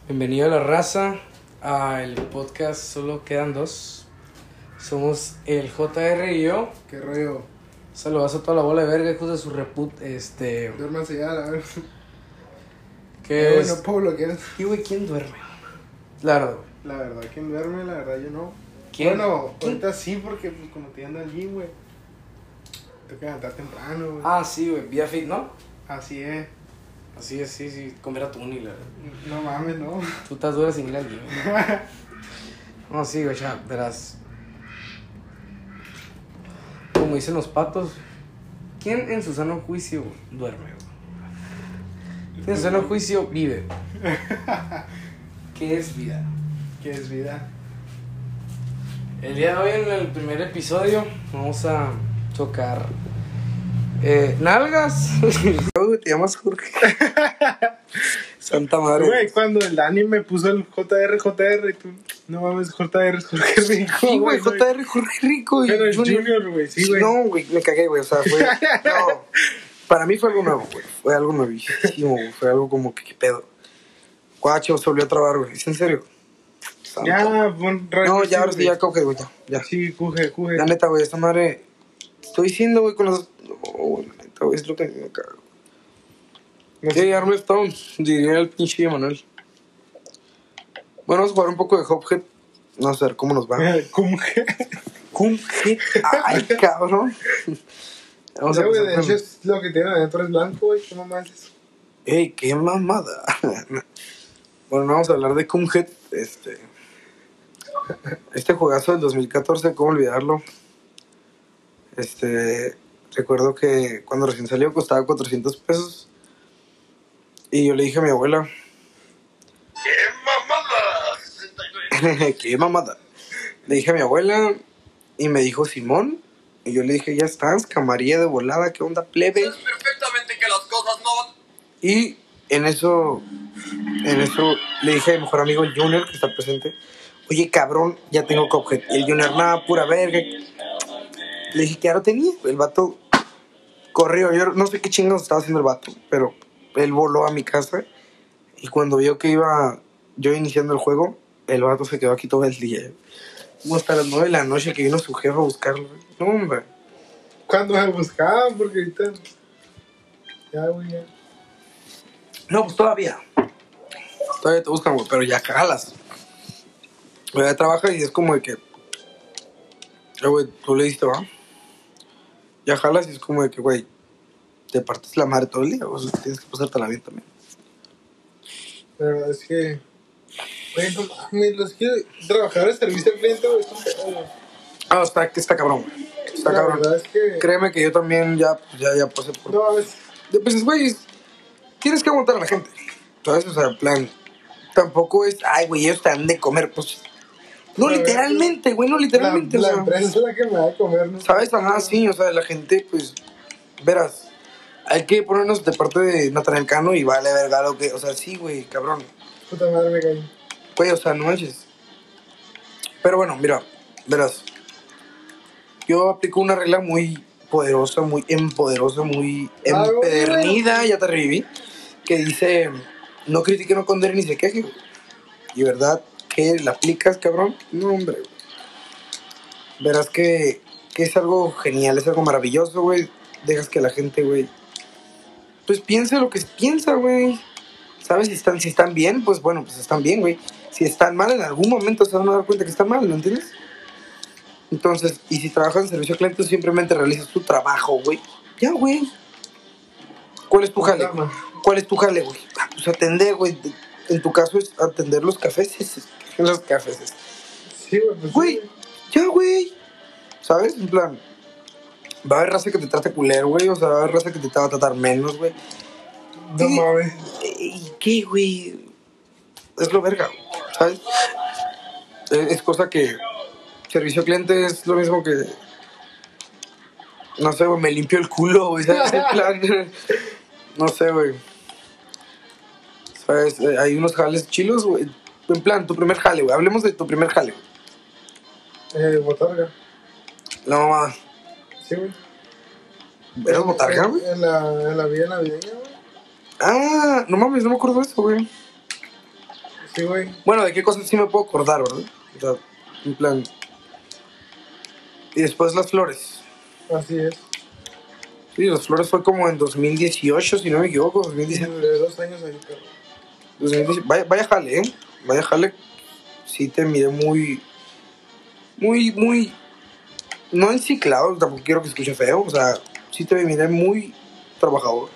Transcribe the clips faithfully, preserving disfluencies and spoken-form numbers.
Bienvenido a la raza, al podcast Solo Quedan Dos. Somos el J R y yo. ¿Qué rollo? Saludos a toda la bola de verga, hijos de su reput. Este. Duérmanse ya, la verdad. ¿Qué es? Bueno, Pablo, ¿qué es? ¿Y güey, quién duerme? Claro, güey. La verdad, ¿quién duerme? La verdad, yo no. ¿Quién? Bueno, ¿Quién? ahorita sí, porque pues, como te ando al gym, güey. Tengo que levantar temprano, güey. Ah, sí, güey, Vía Fit, ¿no? Así es. Así es, sí, sí, comer a tu uni, la verdad. No mames, no. Tú estás dura sin ir al gym. No, sí, güey, ya, verás. Como dicen los patos, ¿quién en su sano juicio duerme, güey? ¿Quién en su sano juicio vive? ¿Qué es vida? ¿Qué es vida? El día de hoy, en el primer episodio, vamos a tocar eh, nalgas. Güey, te llamas Jorge. Santa madre. Güey, cuando el Dani me puso el J R, J R, y tú, no mames, J R es Jorge Rico. Sí, güey, J R Jorge Rico. Y Pero es Junior, Junior, güey, sí, güey. No, güey, me cagué, güey. O sea, fue. No. Para mí fue algo nuevo, güey. Fue algo nuevísimo, güey. Fue algo como que, ¿qué pedo? Guacho, se volvió a trabar, güey. ¿Es en serio? Santo. Ya, pon No, ya, ahora sí, ya coge, güey, ya. ya. Sí, cuge, cuge. La neta, güey, esta madre. Estoy diciendo, güey, con los. No, güey, la neta, güey, es lo que me cago. No Sí, sé. Arnold Stone, diría el pinche Emanuel. Bueno, vamos a jugar un poco de Hophead. No sé cómo nos va. Cuge. Cumhead. Ay, cabrón. Vamos a Ya, güey, de empezar hecho con... es lo que tiene adentro es blanco, güey, ¿qué mamá es eso? Ey, qué mamada. Bueno, vamos a hablar de Cumhead. Este. Este juegazo del dos mil catorce, ¿cómo olvidarlo? Este. Recuerdo que cuando recién salió costaba cuatrocientos pesos. Y yo le dije a mi abuela. ¡Qué mamada! ¡Qué mamada! Le dije a mi abuela y me dijo Simón. Y yo le dije, ya estás, camarilla de volada, ¿qué onda, plebe? Sabes perfectamente que las cosas no van. Y en eso, en eso le dije a mi mejor amigo, el Junior, que está presente, oye, cabrón, ya tengo Cuphead. Y el Junior, nada, pura verga. Le dije que ya lo tenía. El vato corrió. Yo no sé qué chingados estaba haciendo el vato, pero él voló a mi casa. Y cuando vio que iba yo iniciando el juego, el vato se quedó aquí todo el día. Como hasta las nueve de la noche que vino su jefe a buscarlo. No, hombre. Cuando me buscaban, porque ahorita. Ya, güey, ya. No, pues todavía. Todavía te buscan, güey, pero ya jalas. Güey, ya trabaja y es como de que. Eh, güey, tú le diste, ¿va? Ya jalas y es como de que, güey, te partes la madre todo el día. O sea, tienes que pasártela bien también. La verdad es que. Güey, no mames, los que trabajar de servicio al cliente, güey, es un pedo, güey. Ah, está, está cabrón, güey. Está La cabrón. verdad es que. Créeme que yo también ya, ya, ya pasé por. No, es. De- Pues, güey, es- tienes que aguantar a la gente. ¿Sabes? O sea, en plan. Tampoco es, ay, güey, ellos te dan de comer. Pues. No, La- literalmente, güey, no La, literalmente. la o sea, empresa es la que me da de comer, ¿no? ¿sabes? Ajá, sí, o sea, la gente, pues. Verás. Hay que ponernos de parte de Natanael Cano y vale verga lo que. O sea, sí, güey, cabrón. Puta madre me caí. Güey, o sea, no manches. Pero bueno, mira, verás. Yo aplico una regla muy poderosa, muy empoderosa, muy Ah, güey, empedernida, ya te reviví, que dice, no critique, no condene ni se queje, güey. Y verdad que la aplicas, cabrón. No, hombre, güey. Verás que, que es algo genial, es algo maravilloso, güey. Dejas que la gente, güey, pues piense lo que piensa, güey. ¿Sabes? Si están, si están bien, pues bueno, pues están bien, güey. Si están mal, en algún momento se van a dar cuenta que están mal, ¿no entiendes? Entonces, y si trabajas en servicio al cliente, simplemente realizas tu trabajo, güey. Ya, güey. ¿Cuál es tu jale? Puta madre. ¿Cuál es tu jale, güey? Ah, pues atender, güey. En tu caso es atender los cafés. Los cafés. Sí, güey, pues. Güey, sí, ya, güey. ¿Sabes? En plan, va a haber raza que te trate culero, güey. O sea, va a haber raza que te va a tratar menos, güey. No mames. ¿Y qué, güey? Es lo verga, güey, ¿sabes? Es, es cosa que servicio al cliente es lo mismo que, no sé, güey, me limpio el culo, güey, ¿sabes? En plan, no sé, güey. ¿Sabes? Eh, Hay unos jales chilos, güey. En plan, tu primer jale, güey. Hablemos de tu primer jale, güey. Eh, botarga. La mamá. Sí, güey. ¿Eras botarga, En- güey? En la, en la vida navideña, güey. Ah, no mames, no me acuerdo de eso, güey. Sí, güey. Bueno, de qué cosas sí me puedo acordar, ¿verdad? O sea, en plan. Y después las flores. Así es. Sí, las flores fue como en dos mil dieciocho, si no me equivoco, dos mil Sí, dieciocho. duré dos años ahí, pero. dos mil dieciocho. Vaya, vaya jale, ¿eh? Vaya jale. Sí te miré muy. Muy, muy. No enciclado, tampoco quiero que escuche feo. O sea, sí te miré muy trabajador.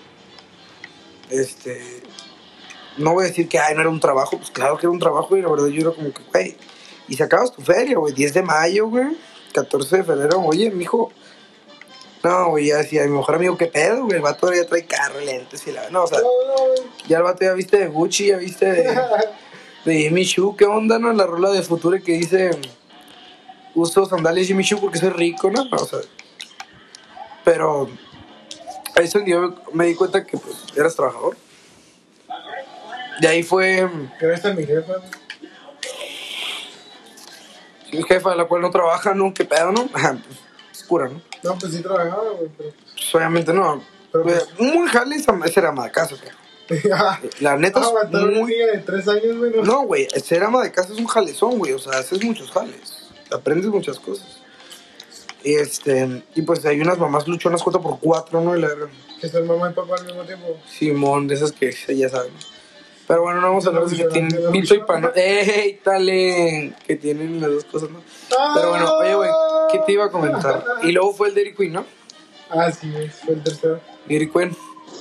Este. No voy a decir que, ay, no era un trabajo. Pues claro que era un trabajo y la verdad yo era como que, güey. Y sacabas tu feria, güey. diez de mayo, güey. catorce de febrero. Oye, mijo. No, güey, ya decía, mi mejor amigo, ¿qué pedo, güey? El vato ya trae carro, lentes y la... No, o sea, No, no, güey. ya el vato ya viste de Gucci, ya viste de, de Jimmy Choo. ¿Qué onda, no? La rola de Future que dice... Uso sandalias Jimmy Choo porque soy rico, ¿no? O sea... Pero... Ahí es donde yo me di cuenta que, pues, eras trabajador. De ahí fue... Gracias a mi jefa, güey. Mi jefa, la cual no trabaja, ¿no? ¿Qué pedo, no? Ajá, pues, es cura, ¿no? No, pues sí trabajaba, güey, pero. Pues, obviamente no. Pero, Pues, pues- un buen jale es es ser ama de casa, güey. La neta es Aguantar una muy... niña de tres años, güey. No. No, güey, ser ama de casa es un jalezón, güey. O sea, haces muchos jales. Aprendes muchas cosas. Y este, y pues hay unas mamás luchonas cuatro por cuatro, ¿no? Y la Que son mamá y papá al mismo tiempo. Simón, de esas que ya saben. Pero bueno, no vamos a hablar de que tienen Luchona, pito y luchona. pano. ¡Ey, talen! Que tienen las dos cosas, ¿no? Pero bueno, oye, güey, ¿qué te iba a comentar? Y luego fue el Dairy Queen, ¿no? Ah, sí, es, fue el tercero. Dairy Queen.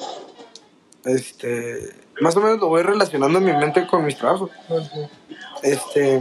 Este, más o menos lo voy relacionando en mi mente con mis trabajos. No, sí. Este,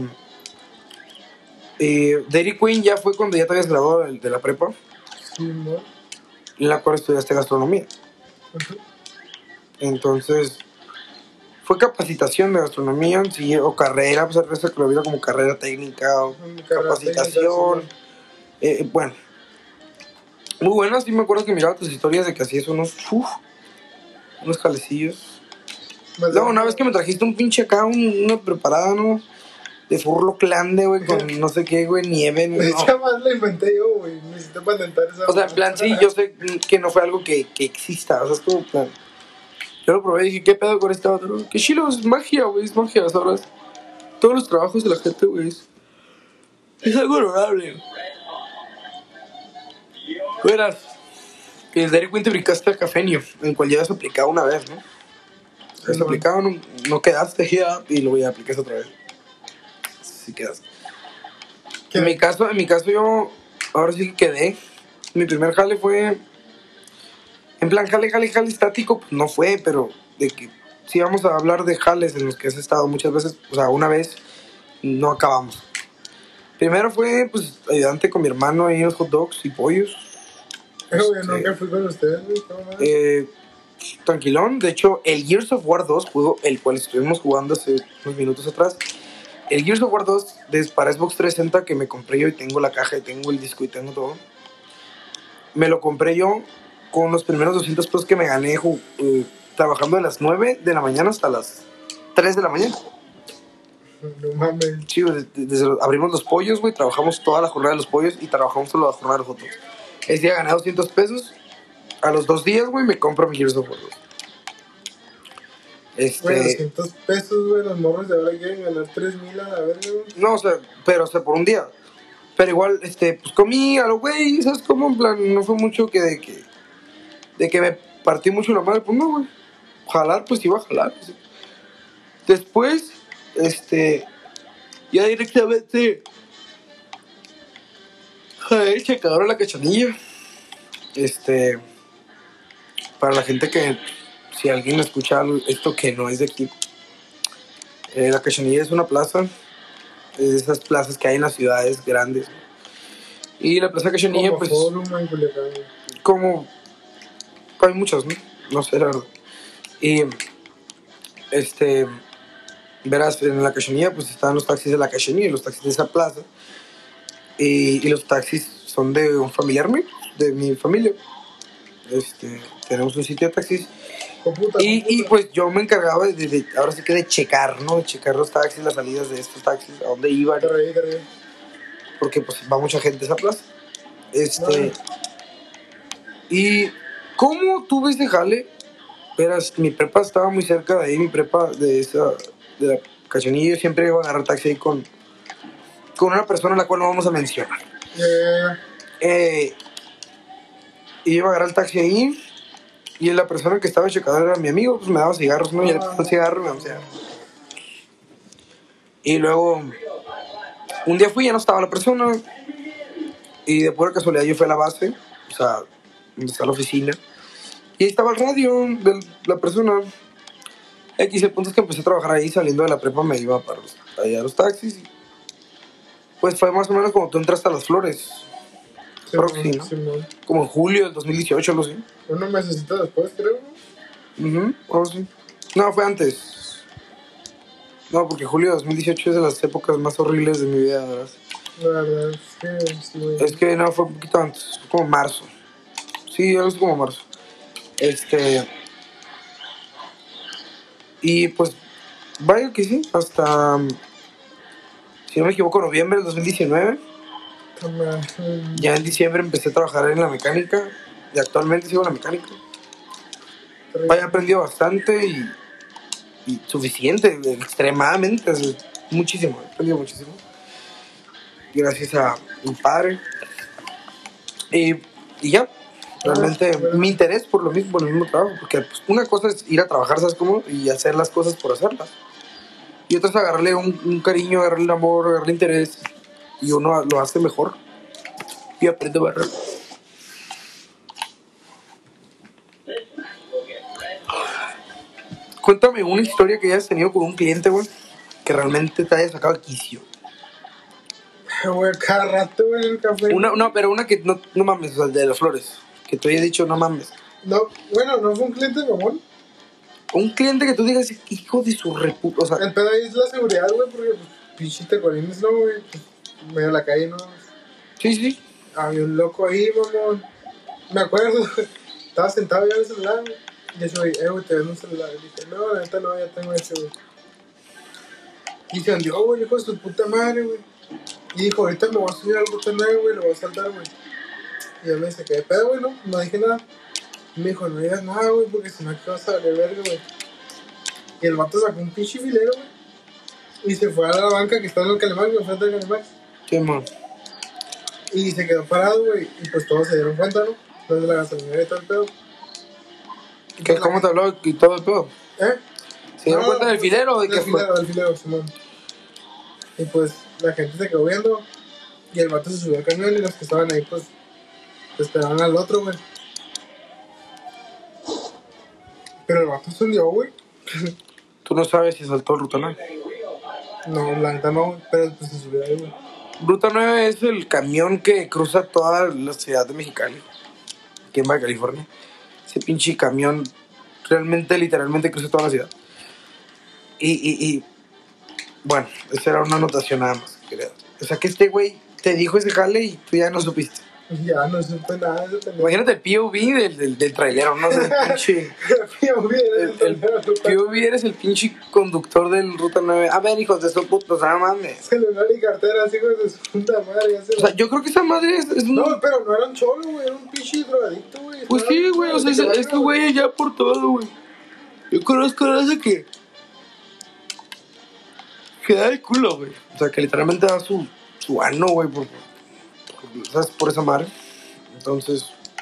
y Dairy Queen ya fue cuando ya te habías graduado de, de la prepa, Sí, ¿no? en la cual estudiaste gastronomía. Ajá. Entonces, fue capacitación de gastronomía, sí, o carrera, pues el resto que lo vio como carrera técnica o Mi carrera capacitación. técnica, Eh, bueno, muy buenas, sí me acuerdo que miraba tus historias de que hacías unos, uf, unos jalecillos. sí. Más Luego, de- una vez que me trajiste un pinche acá, un- una preparada, ¿no? De furlo clande, güey, con no sé qué, güey, nieve, no. Esa más la inventé yo, güey. Necesito patentar esa. O sea, en plan, sí, yo sé que no fue algo que, que exista, o sea, es como, en plan, yo lo probé y dije, ¿qué pedo con esta otra? Qué chilo, es magia, güey, es magia, ¿sabes? Todos los trabajos de la gente, güey, es, es algo honorable. Verás, que el Dairy Queen te brincaste al cafenio, en el cual ya has aplicado una vez, ¿no? Has Sí, aplicado, no, no quedaste ya, y luego ya aplicas otra vez. Sí quedaste. ¿Qué? En mi caso, en mi caso yo, ahora sí que quedé. Mi primer jale fue, en plan, jale, jale, jale estático, pues no fue, pero de que si vamos a hablar de jales en los que has estado muchas veces, o sea, una vez, no acabamos. Primero fue, pues, ayudante con mi hermano ahí en los hot dogs y pollos. Pero yo Este, nunca fui con ustedes, güey. ¿Cómo no? Eh, tranquilón, de hecho, el Gears of War dos, juego el cual estuvimos jugando hace unos minutos atrás. El Gears of War dos de, para Xbox trescientos sesenta que me compré yo y tengo la caja y tengo el disco y tengo todo. Me lo compré yo con los primeros doscientos pesos que me gané ju- eh, trabajando de las nueve de la mañana hasta las tres de la mañana. No mames. Sí, desde, desde los- abrimos los pollos, güey, trabajamos toda la jornada de los pollos y trabajamos toda la jornada de los hot dogs. Ese día gané doscientos pesos. A los dos días, güey, me compro mi Gears of War dos. Este... Güey, doscientos pesos, güey. Los morros de ahora quieren ganar tres mil a la verga, güey. No, o sea, pero, o sea, por un día. Pero igual, este, pues comí a lo güey, ¿sabes cómo? En plan, no fue mucho que de que, de que me partí mucho la madre, pues no, güey. Jalar, pues iba a jalar. Pues. Después, este, ya directamente, jalé checador a la cachanilla. Este, para la gente que, si alguien escucha esto que no es de aquí, eh, la cachanilla es una plaza. Es de esas plazas que hay en las ciudades grandes. Y la plaza Cachanilla, Como pues, Forum, en Culiacán, güey. como hay muchas, ¿no? No sé, la verdad. Y, este, verás, en la Cachanilla, pues están los taxis de la Cachanilla y los taxis de esa plaza. Y, y los taxis son de un familiar mío, de mi familia. Este, tenemos un sitio de taxis. Con puta, Y, con y puta. pues yo me encargaba de, de- ahora sí que de checar, ¿no? De checar los taxis, las salidas de estos taxis, a dónde iban. Te reí, te reí. Porque pues va mucha gente a esa plaza. Este. No. Y ¿cómo tuve ese jale? Verás, mi prepa estaba muy cerca de ahí, mi prepa de esa, de la Cachanillo siempre iba a agarrar taxi ahí con, con una persona a la cual no vamos a mencionar. Eh, Eh, iba a agarrar el taxi ahí y la persona que estaba checando era mi amigo, pues me daba cigarros, ¿no? Y le pedí un cigarro y me daba un cigarro. Y luego, un día fui, ya no estaba la persona y de pura casualidad yo fui a la base, o sea, donde está la oficina. Y ahí estaba el radio de la persona. X, el punto es que empecé a trabajar ahí, saliendo de la prepa me iba para los, allá a los taxis. Pues fue más o menos como tú entraste a Las Flores, Proxy, ¿no? Simón. Como en julio del dos mil dieciocho, algo así. Unos meses después, creo, ¿no? Uh algo así. No, fue antes. No, porque julio de dos mil dieciocho es de las épocas más horribles de mi vida, ¿verdad? La verdad es que sí, güey. Es que no, fue un poquito antes, fue como marzo. Sí, algo así como marzo. Este... Y pues, vaya que sí, hasta... Si no me equivoco, noviembre del dos mil diecinueve. Toma, Ya en diciembre empecé a trabajar en la mecánica y actualmente sigo en la mecánica. Vaya, he aprendido bastante y, y suficiente, extremadamente, es muchísimo, he aprendido muchísimo. Gracias a mi padre. Y, y ya, realmente mi interés por lo mismo, por el mismo trabajo, porque pues, una cosa es ir a trabajar, ¿sabes cómo? Y hacer las cosas por hacerlas. Y otra es agarrarle un, un cariño, agarrarle el amor, agarrarle interés. Y uno lo hace mejor. Y aprende a barrer. Cuéntame una historia que hayas tenido con un cliente, güey, que realmente te haya sacado el quicio. güey, cada rato, güey, en el café. Una, no, pero una que no, no mames, o sea, el de las flores. Que te haya dicho, no mames. No, bueno, no fue un cliente mamón. Un cliente que tú digas, hijo de su reputa. O sea, El pedo ahí es la seguridad, güey, porque pues, pinche tecolines, ¿no, güey? Pues, medio de la calle, ¿no? sí, sí. Había un loco ahí, mamón. Me acuerdo, güey. Estaba sentado ya en el celular, güey. Y yo, güey, eh, güey, te vendo un celular. Y dije, no, la neta no, ya tengo ese, güey. Y se andió, güey, hijo de su puta madre, güey. Y dijo, ahorita me voy a subir al ruta nueve, güey, lo voy a saltar, güey. Y yo me dice, ¿qué de pedo, güey? No, no dije nada. Y me dijo, no digas nada, güey, porque si no aquí vas a valer verga, güey. Y el vato sacó un pinche filero, güey. Y se fue a la banca que está en el Calemax, enfrente del Calemax. Qué mal. Y se quedó parado, güey. Y pues todos se dieron cuenta, ¿no? Desde la gasolinera y todo el pedo. Y ¿Qué, pues, ¿Cómo la... te habló y todo el pedo? ¿Eh? ¿Se dieron No, cuenta del filero o de del qué fue? filero, del filero, Simón. Y pues la gente se quedó viendo. Y el vato se subió al camión y los que estaban ahí, pues, esperaban al otro, güey. Pero el vato se hundió, güey. Tú no sabes si saltó el Ruta nueve. No, la neta no, güey. Pero pues se subió ahí, güey. Ruta nueve es el camión que cruza toda la ciudad de Mexicali, aquí en Baja California. Ese pinche camión realmente, literalmente cruza toda la ciudad. Y, y, y bueno, esa era una anotación nada más. Quería. O sea que este güey te dijo ese jale y tú ya no supiste. Ya no supe nada de ese pendejo. Imagínate el P O V del, del, del trailero, no sé, el pinche... P O V, El, el P O V eres el pinche conductor del Ruta nueve. A ver, hijos de esos putos, nada mames. Celular y cartera, así con de su puta madre. Ya se O sea, yo creo que esa madre es... es No, un... pero no era un cholo, güey, era un pinche drogadicto, güey. Pues Estaba sí, bien güey, o sea, drogadicto, este güey ya por todo, güey. Yo conozco a ese que... Que da el culo, güey. O sea, que literalmente da su, su ano, güey, por, por, ¿sabes? Por esa madre. Entonces...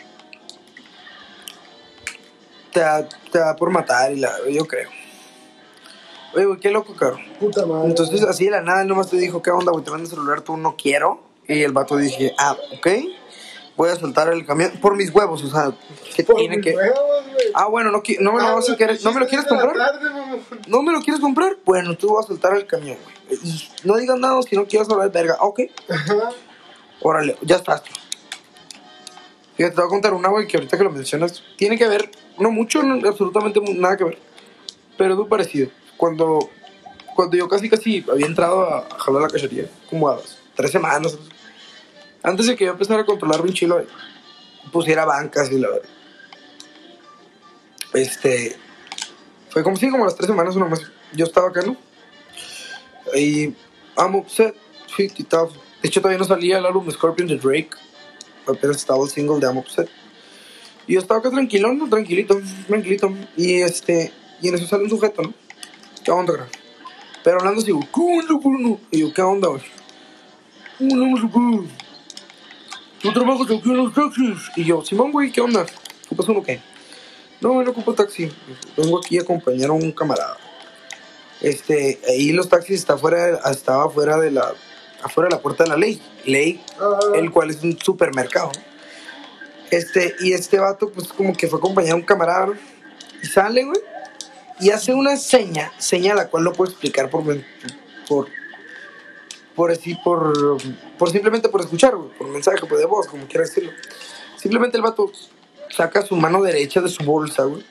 Te da, te da por matar y la... Yo creo. Oye, güey, qué loco, caro. Puta madre. Entonces, güey. así de la nada, él nomás te dijo, ¿qué onda, güey? Te mando el celular, tú no quiero. Y el vato dije, ah, ok. Voy a soltar el camión por mis huevos, o sea, que Por tiene mis que... huevos, güey. Ah, bueno, no, qui- no me lo Ah, vas a las querer, ¿no me lo quieres pinches seis de la comprar? tarde, mamón. ¿No me lo quieres comprar? Bueno, tú vas a soltar el camión, güey. Y no digas nada si no quieres hablar verga. Ok, Ajá. órale, ya estás. Fíjate, te voy a contar una, güey, que ahorita que lo mencionas, tiene que ver, no mucho, no, absolutamente mu- nada que ver, pero es muy parecido. Cuando, cuando yo casi casi había entrado a, a jalar la cachería, como a las tres semanas, antes de que yo empezara a controlar un chilo, güey, pusiera bancas y la verdad. Este, fue como sí, como a las tres semanas una más. Yo estaba acá, ¿no? Y I'm upset, fifty thousand. De hecho, todavía no salía el álbum Scorpion de Drake. Apenas estaba el single de I'm upset. Y yo estaba acá tranquilo, ¿no? Tranquilito, tranquilito. Y este, y en eso sale un sujeto, ¿no? ¿Qué onda, cara? Pero hablando así, güey, ¿qué onda, carnal? Y yo, ¿qué onda, güey? No, no, no, no. ¿Tú trabajas aquí en los taxis? Y yo, Simón, güey, ¿qué onda? ¿Ocupas uno o qué? No, no ocupo taxi. Vengo aquí a acompañar a un camarada. Este, ahí los taxis está fuera, estaba fuera de la, afuera de la puerta de la ley. Ley, Ah, el cual es un supermercado. Este, y este vato, pues, como que fue a acompañar a un camarada, ¿no? Y sale, güey, y hace una seña, seña la cual no puedo explicar por, men- por, por así, por, por simplemente por escuchar, güey, por mensaje, por de voz, como quiera decirlo. Simplemente el vato saca su mano derecha de su bolsa, güey,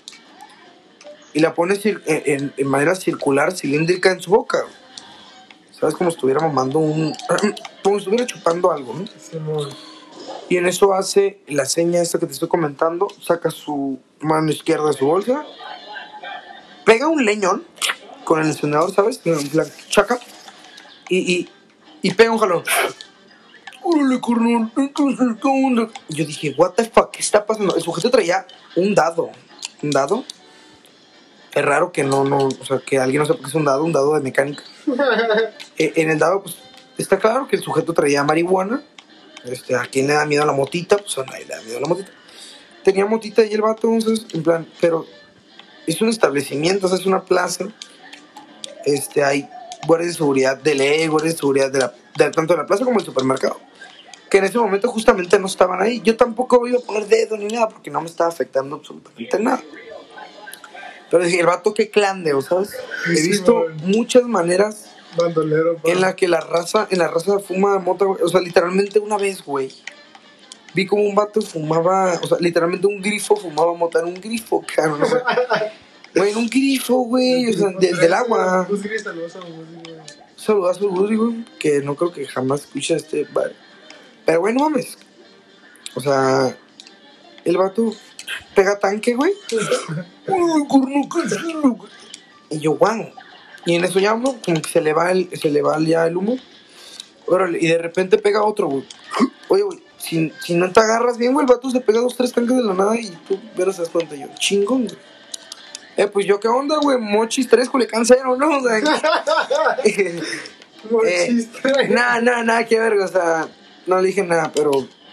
y la pone cir- en, en- en manera circular, cilíndrica en su boca, güey. ¿Sabes? Como si estuviera mamando un... como si estuviera chupando algo, ¿no? Simón. Y en eso hace la seña esta que te estoy comentando, saca su mano izquierda de su bolsa, pega un leñón con el encendedor, ¿sabes? En plan, chaca, y, y, y pega un jalón. Órale, carnal, entonces, ¿qué onda? Yo dije, what the fuck, ¿qué está pasando? El sujeto traía un dado, un dado. Es raro que no, no, o sea, que alguien no sepa qué es un dado, un dado de mecánica. Eh, en el dado, pues, está claro que el sujeto traía marihuana. Este, ¿a quién le da miedo a la motita? Pues a nadie le da miedo a la motita. Tenía motita y el vato, entonces, en plan, pero es un establecimiento, o sea, es una plaza. Este, hay guardias de seguridad de ley, guardias de seguridad de, la, de tanto de la plaza como del supermercado. Que en ese momento justamente no estaban ahí. Yo tampoco iba a poner dedo ni nada porque no me estaba afectando absolutamente nada. Pero dije, el vato qué clandeo, ¿sabes? He Sí, visto man. muchas maneras Bandolero, pa. en la que la raza, en la raza fuma mota, güey. O sea, literalmente una vez, güey, vi como un vato fumaba, o sea, literalmente un grifo fumaba mota en un grifo, cabrón. O sea, güey, en un grifo, güey, o sea, del, del agua. Gus Gris, saludos a Gus Gris. Saludos a Woody, güey, que no creo que jamás escuche este bar. Pero, güey, no mames. O sea, el vato pega tanque, güey. Uy, corno, qué chido, güey. Y yo, wow. Y en eso ya, ¿no? Como que se le va el, se le va ya el humo. Órale, y de repente pega otro, güey. Oye, güey, si, si no te agarras bien, güey, el vato se pega dos, tres tanques de la nada y tú verás, das cuenta. Yo, chingón, güey. Eh, pues yo, ¿qué onda, güey? Mochis tres, Culiacán cero, ¿no? O sea, eh, Mochiste. nada, nada, nada que ver, o sea, no le dije nada, pero,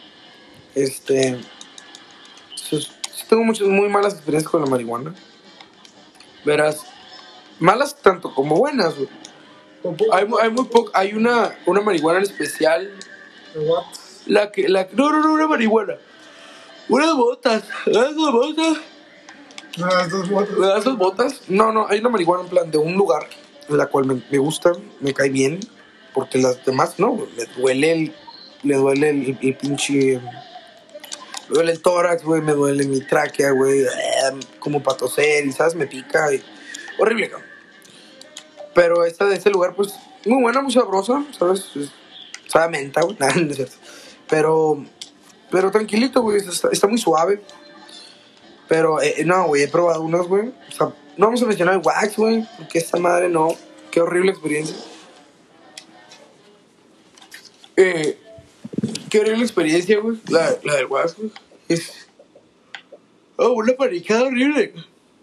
este, sus- sí tengo muchas muy malas experiencias con la marihuana. Verás, malas tanto como buenas, güey. Hay, mu- hay muy poco, hay una, una marihuana en especial, What? la que, la, no, no, no, una marihuana, unas botas, unas botas, No, estos motos. ¿me das esas botas? No, no, hay una marihuana en plan de un lugar, la cual me, me gusta, me cae bien, porque las demás no, güey, me duele el, me duele el, el pinche, me duele el tórax, güey, me duele mi tráquea, güey, eh, como para toser, y sabes, me pica, y, horrible, cabrón. Pero esta de este lugar, pues, muy buena, muy sabrosa, ¿sabes? Es- sabe a menta, güey, nada, no es cierto. Pero, pero tranquilito, güey, está, está muy suave. Pero, eh, no, güey, he probado unas, güey. O sea, no vamos a mencionar el wax, güey, porque esta madre no. Qué horrible experiencia. Eh, qué horrible experiencia, güey. La, la del wax, güey. Es. Oh, una panicada horrible.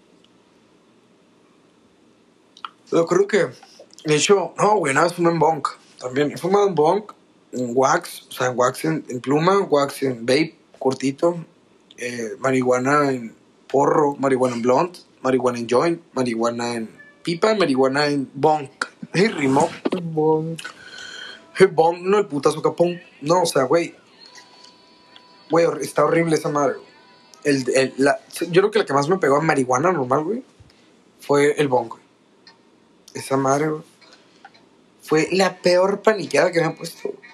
Yo creo que. De hecho, no, güey, nada, fumé en bonk. También he fumado en bonk, en wax, o sea, en wax en, en pluma, wax en vape, cortito, eh, marihuana en porro, marihuana en blunt, marihuana en joint, marihuana en pipa, marihuana en bonk. Hey, rimó. Bon. Hey, bonk, no el putazo capón. No, o sea, güey. Güey, hor- está horrible esa madre. Güey. El, el, la, yo creo que la que más me pegó a marihuana normal, güey, fue el bonk, güey. Esa madre, güey. Fue la peor paniqueada que me han puesto. Güey.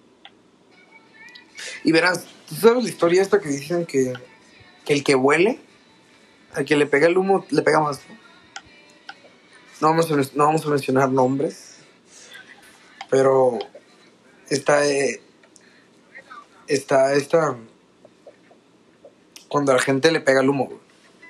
Y verás, ¿tú sabes la historia esta que dicen que, que el que huele, al que le pega el humo, le pega más? No, no, vamos, a, no vamos a mencionar nombres, pero está, eh, está esta, cuando a la gente le pega el humo, güey.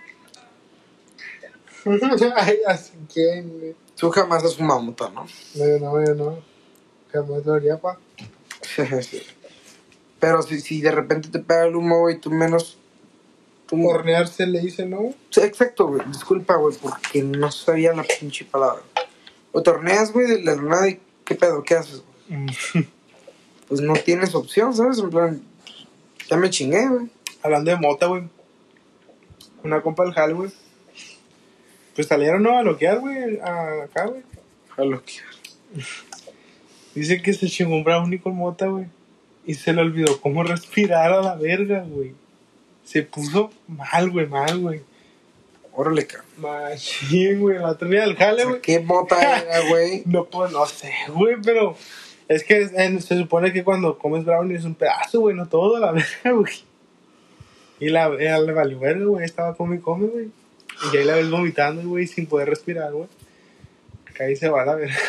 Ay, así que, güey. Tú jamás has fumado mota, ¿no? No, yo no, yo no. Jamás lo haría, pa. Sí. Pero si, si de repente te pega el humo, güey, tú menos... Tú... Hornearse le dice, ¿no? Sí, exacto, güey. Disculpa, güey, porque no sabía la pinche palabra. O torneas, güey, de la nada y ¿qué pedo? ¿Qué haces, güey? Pues no tienes opción, ¿sabes? En plan, ya me chingué, güey. Hablando de mota, güey. Una compa del jal, güey. Pues salieron, ¿no? A loquear, güey. A acá, güey. A lo que... Dice que se chingó un brownie con mota, güey. Y se le olvidó cómo respirar a la verga, güey. Se puso mal, güey, mal, güey. Órale, cabrón. Machín, güey. La otra día del jale, güey. ¿Qué mota era, güey? No, pues no sé, güey, pero es que eh, se supone que cuando comes brownie es un pedazo, güey, no todo, la verga, güey. Y la ella le valió verga, güey, estaba come y come, güey. Y ahí la ves vomitando, güey, sin poder respirar, güey. Que ahí se va la verga.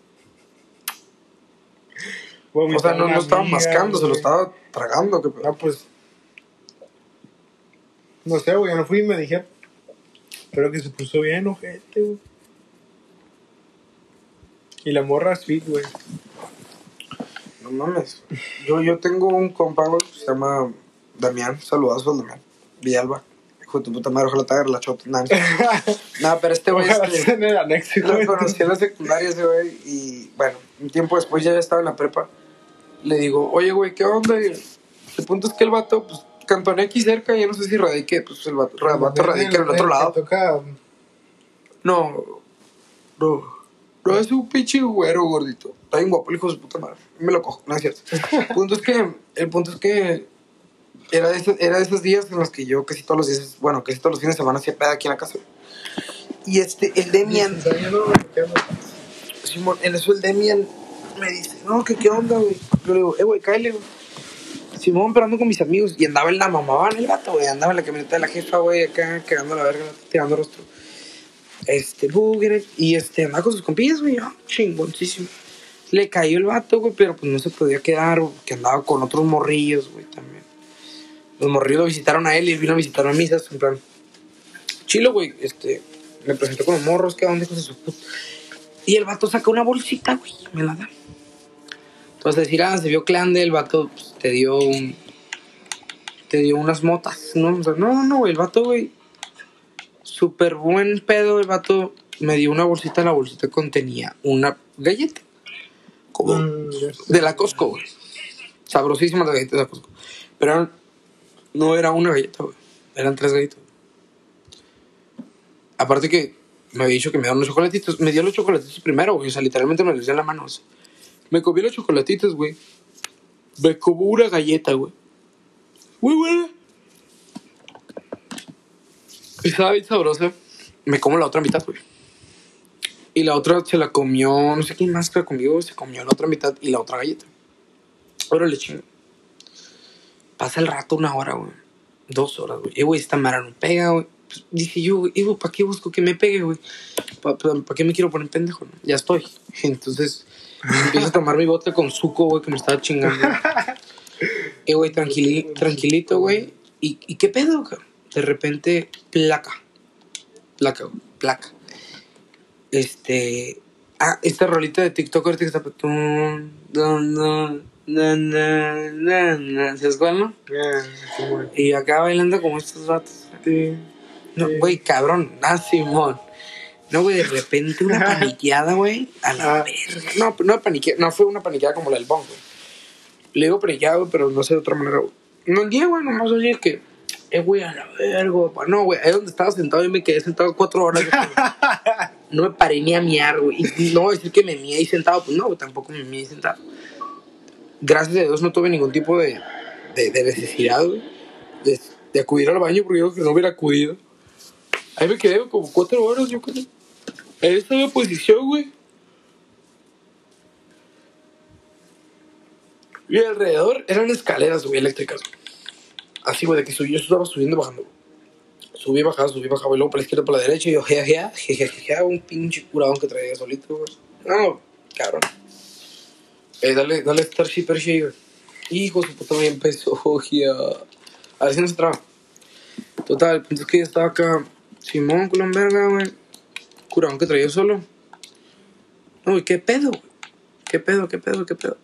O sea, no una lo estaba amiga, mascando, se lo güey. estaba tragando, ¿qué pedo? No, pues. No sé, güey, yo no fui y me dije. Pero que se puso bien, ojete, güey. Y la morra sweet, güey. No mames. Yo, yo tengo un compa, güey, que se llama Damián. Saludazo al Damián. Villalba. Hijo de tu puta madre, ojalá te agarre la chota. Nada, Nada, pero este güey Ojalá este, sea en el anexo, lo güey. conocí en la secundaria ese güey. Y bueno, un tiempo después ya estaba en la prepa. Le digo, oye, güey, ¿qué onda? Y el punto es que el vato, pues, cantonea aquí cerca. Yo no sé si radique, pues el vato, el vato radica en el otro lado. Toca. No, no. No, es un pinche güero gordito. Está bien guapo, el hijo de su puta madre. Me lo cojo, no es cierto. El punto es que, el punto es que era de, esos, era de esos días en los que yo casi todos los días, bueno, casi todos los fines de semana hacía peda aquí en la casa. Y este, el Demian, Simón, en eso el Demian me dice, no, que qué onda, güey. Yo le digo, eh, güey, cállate, güey. Simón, pero ando con mis amigos. Y andaba en la mamabana el vato, güey. Andaba en la camioneta de la jefa, güey, acá, cagando la verga, tirando rostro. Este, bugre, y este, andaba con sus compillas, güey, oh, chingoncísimo. Le cayó el vato, güey, pero pues no se podía quedar, güey, que andaba con otros morrillos, güey, también. Los morrillos lo visitaron a él y él vino a visitar a misas, en plan, chilo, güey, este, me presentó con los morros, que dónde con su puta. Y el vato saca una bolsita, güey, me la da. Entonces, decir, ah, se vio clande, el vato pues, te dio un, te dio unas motas, ¿no? O sea, no, no, güey, el vato, güey, súper buen pedo, el vato me dio una bolsita, la bolsita contenía una galleta. Como Mm, de la Costco, güey. Sabrosísimas las galletas de la Costco. Pero eran, no era una galleta, güey. Eran tres galletas. Aparte que me había dicho que me daban los chocolatitos. Me dio los chocolatitos primero, güey. O sea, literalmente me los dio en la mano. O sea, me comí los chocolatitos, güey. Me comí una galleta, güey. Muy buena. Y estaba bien sabrosa. Me como la otra mitad, güey. Y la otra se la comió, no sé quién más que la comió, se comió la otra mitad y la otra galleta. Órale, chingo. Pasa el rato, una hora, güey. Dos horas, güey. Y, güey, esta mara no pega, güey. Pues, dije yo, güey, ¿para qué busco que me pegue, güey? ¿Para pa, pa qué me quiero poner pendejo? No? Ya estoy. Entonces, empiezo a tomar mi bote con suco, güey, que me estaba chingando. Y, güey, tranquili, tranquilito, güey. ¿Y, ¿Y qué pedo, güey? De repente, placa. Placa, güey. Placa. Este. Ah, esta rolita de TikTok ahorita que está. Tun, dun, dun, dun, dun, dun, dun. ¿Sabes cuál, no? Yeah, sí, güey. Y acá bailando como estos ratos. Sí. No, Sí. güey, cabrón. Ah, Simón. No, güey, de repente una paniqueada, güey. A la Ah. verga. No, no paniqueada. No fue una paniqueada como la del bong, güey. Le digo paniqueada, güey, pero no sé de otra manera, güey. No, el día, güey, nomás oye que. Eh, güey, a la verga, papá. No, güey, ahí donde estaba sentado, yo me quedé sentado cuatro horas. No me paré ni a miar, güey. Y no voy a decir que me mié ahí sentado, pues no, güey, tampoco me mié ahí sentado. Gracias a Dios no tuve ningún tipo de, de, de necesidad, güey, de, de acudir al baño, porque yo creo que no hubiera acudido. Ahí me quedé güey, como cuatro horas, yo creo. En esta misma posición, güey. Y alrededor eran escaleras, güey, eléctricas. Así, güey, de que subí, yo estaba subiendo y bajando. Subí, bajaba, subí, bajaba, y luego para la izquierda, para la derecha, y yo, jea, jea, jea, jea, un pinche curadón que traía solito, güey. No, cabrón. Eh, dale, dale Starship Hershey, güey. Hijo, su puta, me empezó, ya. A ver si no se traba. Total, el punto es que yo estaba acá, Simón, culón verga, güey. Curadón que traía solo. No, güey, ¿qué pedo, güey? ¿Qué pedo, qué pedo, qué pedo?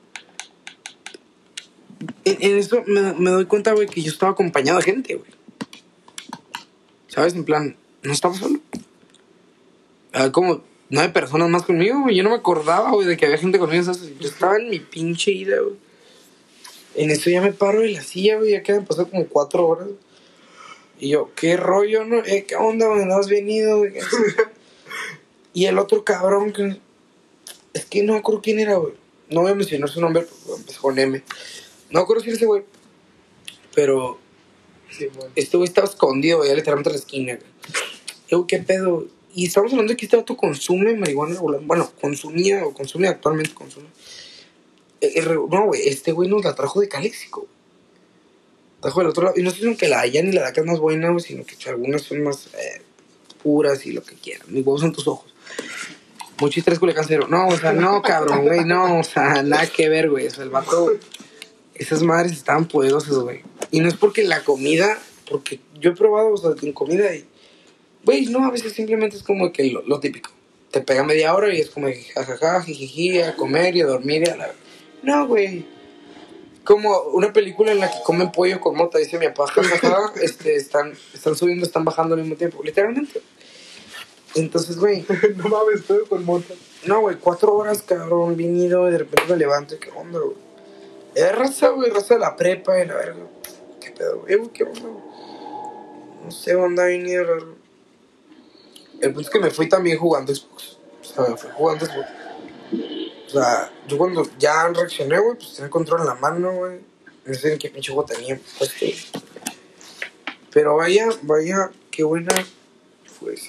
En, en eso me, me doy cuenta, güey, que yo estaba acompañado de gente, güey. ¿Sabes? En plan, no estaba solo. Ah, como nueve personas más conmigo, güey. Yo no me acordaba, güey, de que había gente conmigo. ¿Sabes? Yo estaba en mi pinche ida, güey. En eso ya me paro de la silla, güey. Ya quedan pasado como cuatro horas. Y yo, ¿qué rollo, no? Eh, ¿qué onda, güey? ¿No has venido, güey? Y el otro cabrón que... Es que no me acuerdo quién era, güey. No voy a mencionar su nombre, porque empezó con M. No me acuerdo si era ese güey. Pero Sí, bueno. este güey estaba escondido, güey, ya literalmente en la esquina, güey. Yo, ¿qué pedo? Y estamos hablando de que este vato consume marihuana regular. Bueno, consumía o consume actualmente, consume. El- el re- no, güey, este güey nos la trajo de Caléxico, güey. Trajo del otro lado. Y no sé que la de allá ni la de acá es más buena, güey, sino que algunas son más eh, puras y lo que quieran. Mis huevos son tus ojos. Muy chistres culiacán cero. No, o sea, no, cabrón, güey, no, o sea, nada que ver, güey. O sea, el vato, esas madres estaban poderosas, güey. Y no es porque la comida, porque yo he probado, o sea, en comida y, güey, no, a veces simplemente es como que lo, lo típico. Te pega media hora y es como que jajaja, jijiji, a comer y a dormir y a la... No, güey. Como una película en la que comen pollo con mota, dice mi papá, jajaja, este, están, están subiendo, están bajando al mismo tiempo, literalmente. Entonces, güey, No mames, todo con mota. no, güey, cuatro horas, cabrón, bien ido, y de repente me levanto, ¿qué onda, güey? Es raza, güey, raza de la prepa, y la verga. ¿Qué pedo, güey? Eh, ¿Qué onda, güey? No sé, onda bien ido, raro. El punto es que me fui también jugando Xbox. O sea, me fui jugando Xbox. O sea, yo cuando ya reaccioné, güey, pues tenía el control en la mano, güey. No sé en qué pinche juego tenía puesto. Pero vaya, vaya, qué buena fue esa.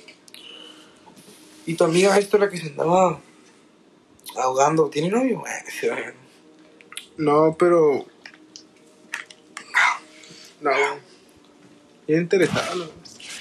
Y tu amiga, esta la que se andaba ahogando, ¿tiene novio? Eh, sí, güey. No, pero. No. Bien interesado, ¿no?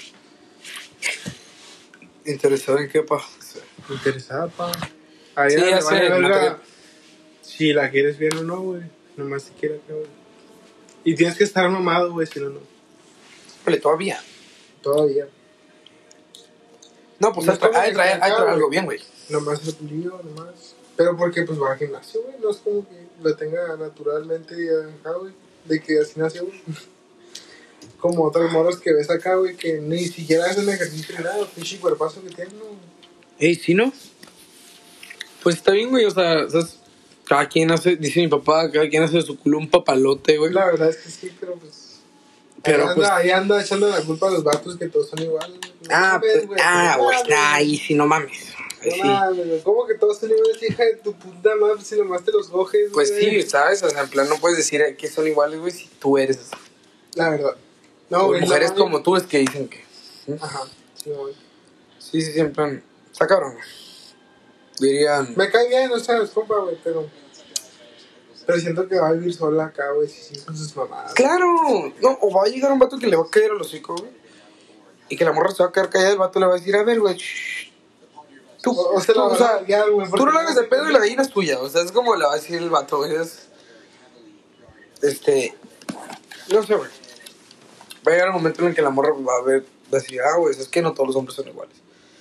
¿Interesado en qué, pa? Sí. Interesada, pa. Ahí Sí, le ya vale sé, verga material. si la quieres bien o no, güey. Nomás si quieres, güey. Y tienes que estar mamado, güey, si no, no. Vale, todavía. Todavía. No, pues No hay es como hay que traer acá, hay traer güey. algo bien, güey. Nomás el lío, nomás. Pero porque, pues, va al gimnasio, güey. No es como que lo tenga naturalmente acá, güey. De que así nació, güey. Como otros moros que ves acá, güey, que ni siquiera hacen ejercicio ni nada. Pinche cuerpazo que tienen, ¿no? Ey, ¿sí, no? Pues está bien, güey, o sea, ¿sabes? Cada quien hace, dice mi papá, cada quien hace de su culo un papalote, güey. La verdad es que sí, pero pues. Pero, ahí, anda, pues- ahí anda echando la culpa a los vatos que todos son iguales. güey. No Ah, mames, pues, ah, no güey, mames, ahí sí, no mames. Ahí No sí. mames, güey. ¿Cómo que todos son iguales, hija de tu puta madre? Si nomás te los coges, Pues güey. sí, ¿sabes? O sea, en plan, no puedes decir que son iguales, güey, si tú eres así. La verdad. No, O güey. mujeres no, como tú es que dicen que... Ajá, sí, güey. Sí, sí, sí, en plan... Está cabrón. Dirían... Me cae bien, o sea, es compa, güey, pero. Pero siento que va a vivir sola acá, güey, sí, sí, con sus mamadas. ¡Claro! No, o va a llegar un vato que le va a caer al hocico, güey. Y que la morra se va a quedar callada, el vato le va a decir, a ver, güey, shh. Tú, O, o se tú, la o va sea, a guiar, güey. tú porque no la hagas de pedo y la gallina es tuya. O sea, es como le va a decir el vato, güey. Es... Este... No sé, güey. Va a llegar el momento en el que la morra va a ver, va a decir, ah, güey, es que no todos los hombres son iguales.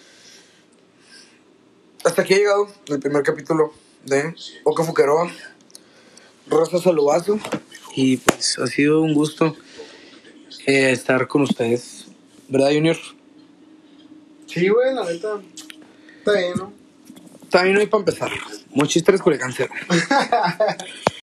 Hasta aquí ha llegado el primer capítulo de Oca Fuqueroa, Rosa Salubazo. Y pues ha sido un gusto eh, estar con ustedes. ¿Verdad, Junior? Sí, güey, la neta. Está bien, ¿no? También no hay para empezar. Muchos chistes con el cáncer.